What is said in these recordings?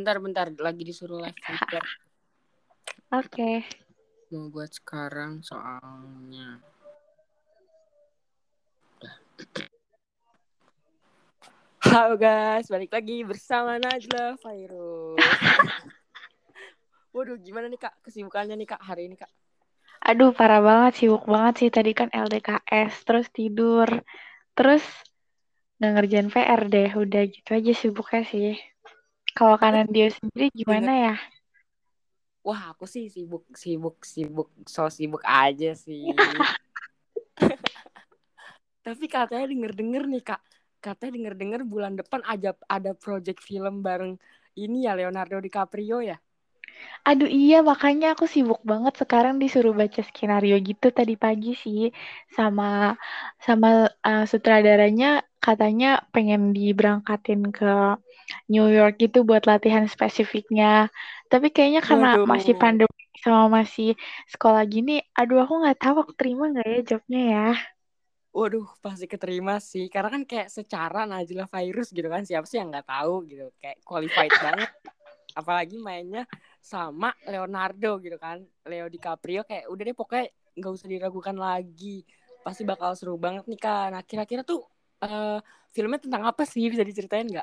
bentar. Lagi disuruh live Twitter. Oke. Mau buat sekarang soalnya. Halo guys, balik lagi bersama Najla Virus. Waduh, gimana nih Kak kesibukannya nih Kak hari ini Kak? Aduh, parah banget, sibuk banget sih. Tadi kan LDKS, terus tidur, terus nggak ngerjain PR deh. Udah gitu aja sibuknya sih. Kalau Aku kanan dia sendiri gimana denger, ya? wah aku sih so sibuk aja sih. Tapi katanya denger nih Kak, katanya denger bulan depan ada project film bareng ini ya Leonardo DiCaprio ya. Aduh iya, makanya aku sibuk banget sekarang disuruh baca skenario gitu tadi pagi sih. Sama sama sutradaranya katanya pengen diberangkatin ke New York gitu buat latihan spesifiknya. Tapi kayaknya karena masih Waduh, pandemi sama masih sekolah gini, aduh aku nggak tahu aku terima nggak ya jobnya ya. waduh pasti keterima sih. Karena kan kayak secara Najla Virus gitu kan, siapa sih yang nggak tahu gitu. Kayak qualified banget. Apalagi mainnya sama Leonardo gitu kan, Leo DiCaprio, kayak udah deh pokoknya nggak usah diragukan lagi, pasti bakal seru banget nih Kak. Nah kira-kira tuh filmnya tentang apa sih, bisa diceritain nggak?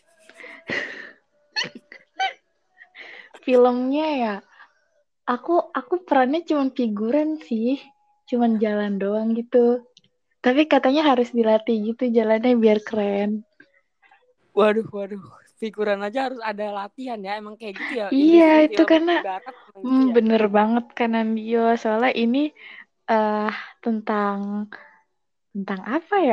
Filmnya ya, aku perannya cuma figuran sih, cuman jalan doang gitu. Tapi katanya harus dilatih gitu jalannya biar keren. Waduh, figuran aja harus ada latihan ya, emang kayak gitu ya Iya, industri itu film karena barat, emang gitu ya. bener banget kan Andio. Soalnya ini eh tentang tentang apa ya?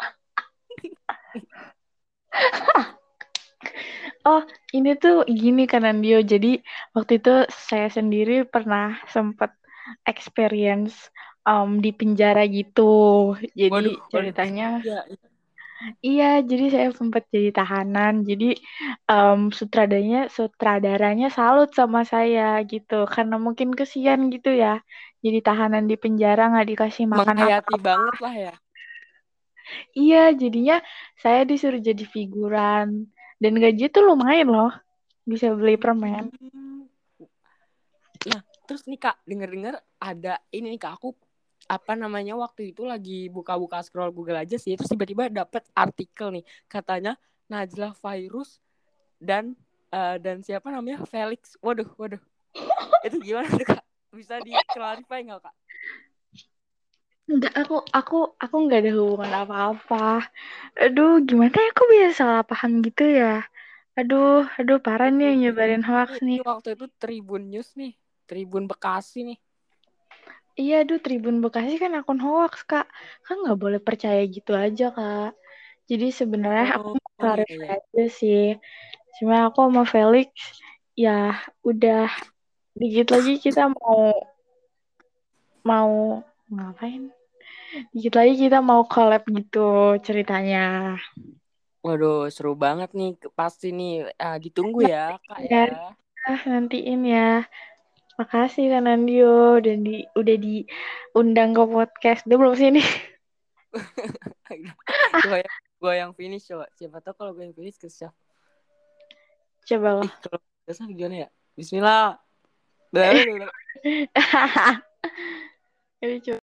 Oh, ini tuh gini kan Andio. Jadi waktu itu saya sendiri pernah sempat experience di penjara gitu. Jadi Waduh, ceritanya, ya, iya, jadi saya sempat jadi tahanan. Jadi sutradaranya salut sama saya gitu, karena mungkin kesian gitu ya. Jadi tahanan di penjara nggak dikasih makan menghayati apa-apa. banget lah ya. Iya, jadinya saya disuruh jadi figuran dan gaji tuh lumayan loh, bisa beli permen. Hmm. Nah, terus nih Kak, denger-dengar ada ini nih Kak, aku apa namanya waktu itu lagi buka-buka scroll Google aja sih, terus tiba-tiba dapet artikel nih, katanya Najla Virus dan siapa namanya Felix. Waduh. Itu gimana tuh Kak? Bisa di-clarify nggak Kak? Enggak, aku nggak ada hubungan apa-apa. Aduh, gimana ya aku bisa salah paham gitu ya? Aduh, parah nih Waduh, yang nyebarin hoax nih. ini waktu itu Tribun News nih, Tribun Bekasi nih. Iya, aduh, Tribun Bekasi kan akun hoax, Kak. Kan nggak boleh percaya gitu aja, Kak. Jadi sebenarnya aku mau Iya clarify iya. aja sih. Cuma aku sama Felix, ya udah dikit lagi kita mau mau ngapain? Dikit lagi kita mau collab gitu ceritanya. Waduh, seru banget nih, pasti nih. Ditunggu ya Kak ya. Ya, nantiin ya. Makasih Kak Nandio udah diundang ke podcast. Dia belum sini. gue yang finish coba. Siapa tahu kalau gue yang finish ke chef. Coba loh. Kalau ke chef gimana ya? Bismillah. Blablabla. Ini coba.